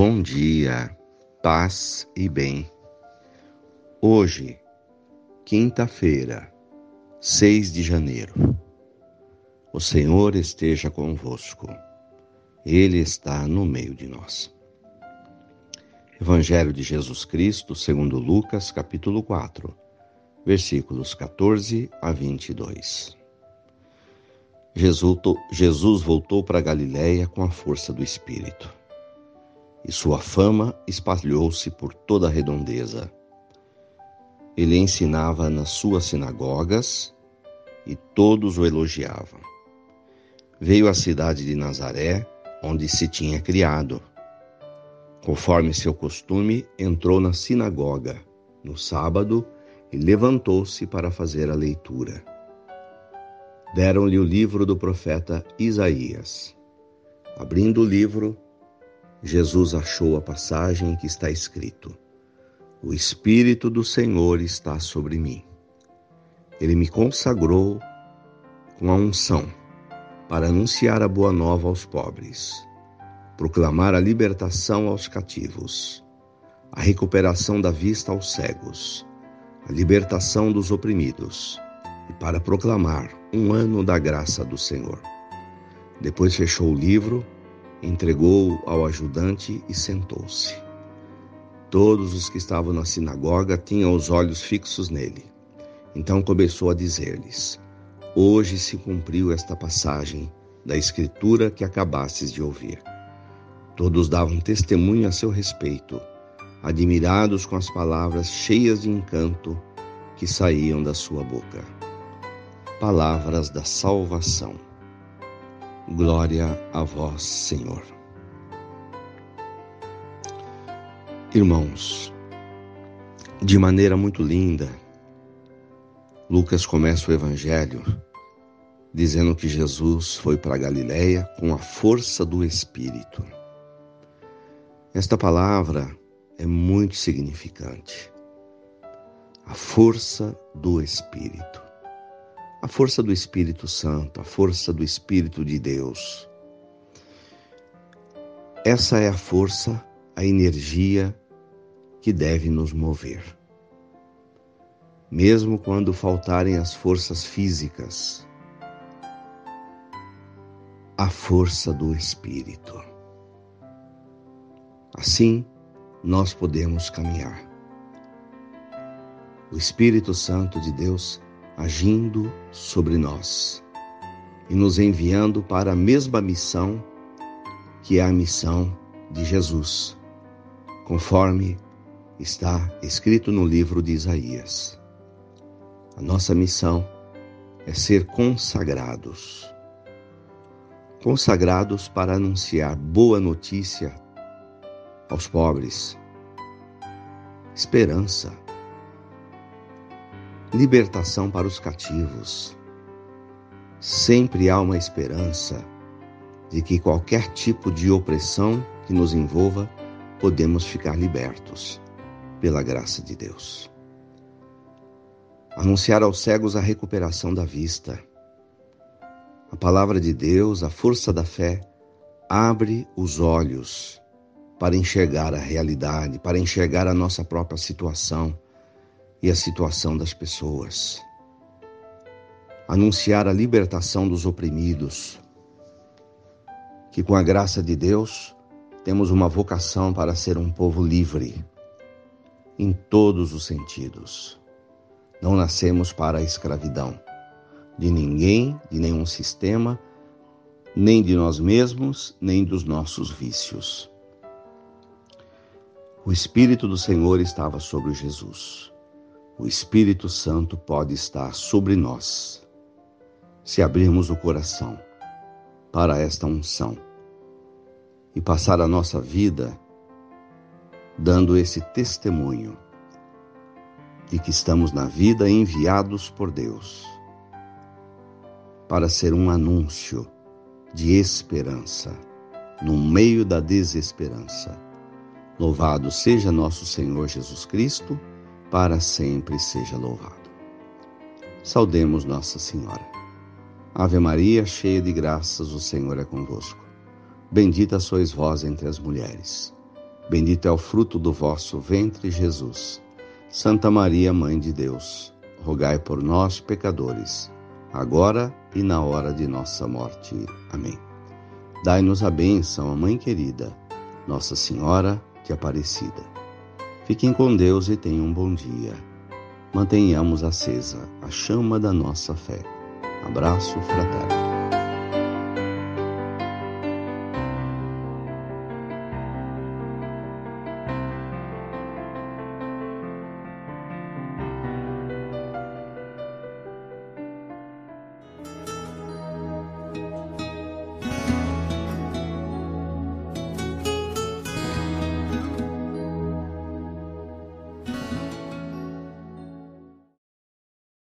Bom dia, paz e bem. Hoje, quinta-feira, 6 de janeiro. O Senhor esteja convosco. Ele está no meio de nós. Evangelho de Jesus Cristo, segundo Lucas, capítulo 4, versículos 14 a 22. Jesus voltou para Galiléia com a força do Espírito. E sua fama espalhou-se por toda a redondeza. Ele ensinava nas suas sinagogas e todos o elogiavam. Veio à cidade de Nazaré, onde se tinha criado. Conforme seu costume, entrou na sinagoga no sábado e levantou-se para fazer a leitura. Deram-lhe o livro do profeta Isaías. Abrindo o livro, Jesus achou a passagem em que está escrito: O Espírito do Senhor está sobre mim. Ele me consagrou com a unção para anunciar a boa nova aos pobres, proclamar a libertação aos cativos, a recuperação da vista aos cegos, a libertação dos oprimidos, e para proclamar um ano da graça do Senhor. Depois fechou o livro, entregou-o ao ajudante e sentou-se. Todos os que estavam na sinagoga tinham os olhos fixos nele. Então começou a dizer-lhes: Hoje se cumpriu esta passagem da Escritura que acabastes de ouvir. Todos davam testemunho a seu respeito, admirados com as palavras cheias de encanto que saíam da sua boca. Palavras da salvação. Glória a vós, Senhor. Irmãos, de maneira muito linda, Lucas começa o Evangelho dizendo que Jesus foi para a Galiléia com a força do Espírito. Esta palavra é muito significante. A força do Espírito. A força do Espírito Santo, a força do Espírito de Deus. Essa é a força, a energia que deve nos mover. Mesmo quando faltarem as forças físicas, a força do Espírito. Assim, nós podemos caminhar. O Espírito Santo de Deus agindo sobre nós e nos enviando para a mesma missão que é a missão de Jesus, conforme está escrito no livro de Isaías. A nossa missão é ser consagrados para anunciar boa notícia aos pobres, esperança, libertação para os cativos. Sempre há uma esperança de que qualquer tipo de opressão que nos envolva, podemos ficar libertos pela graça de Deus. Anunciar aos cegos a recuperação da vista. A palavra de Deus, a força da fé, abre os olhos para enxergar a realidade, para enxergar a nossa própria situação e a situação das pessoas. Anunciar a libertação dos oprimidos, que com a graça de Deus temos uma vocação para ser um povo livre, em todos os sentidos. Não nascemos para a escravidão de ninguém, de nenhum sistema, nem de nós mesmos, nem dos nossos vícios. O Espírito do Senhor estava sobre Jesus. O Espírito Santo pode estar sobre nós, se abrirmos o coração para esta unção e passar a nossa vida dando esse testemunho de que estamos na vida enviados por Deus para ser um anúncio de esperança no meio da desesperança. Louvado seja nosso Senhor Jesus Cristo, para sempre seja louvado. Saudemos Nossa Senhora. Ave Maria, cheia de graças, o Senhor é convosco. Bendita sois vós entre as mulheres. Bendito é o fruto do vosso ventre, Jesus. Santa Maria, Mãe de Deus, rogai por nós, pecadores, agora e na hora de nossa morte. Amém. Dai-nos a bênção, a Mãe querida, Nossa Senhora de Aparecida. Fiquem com Deus e tenham um bom dia. Mantenhamos acesa a chama da nossa fé. Abraço fraterno.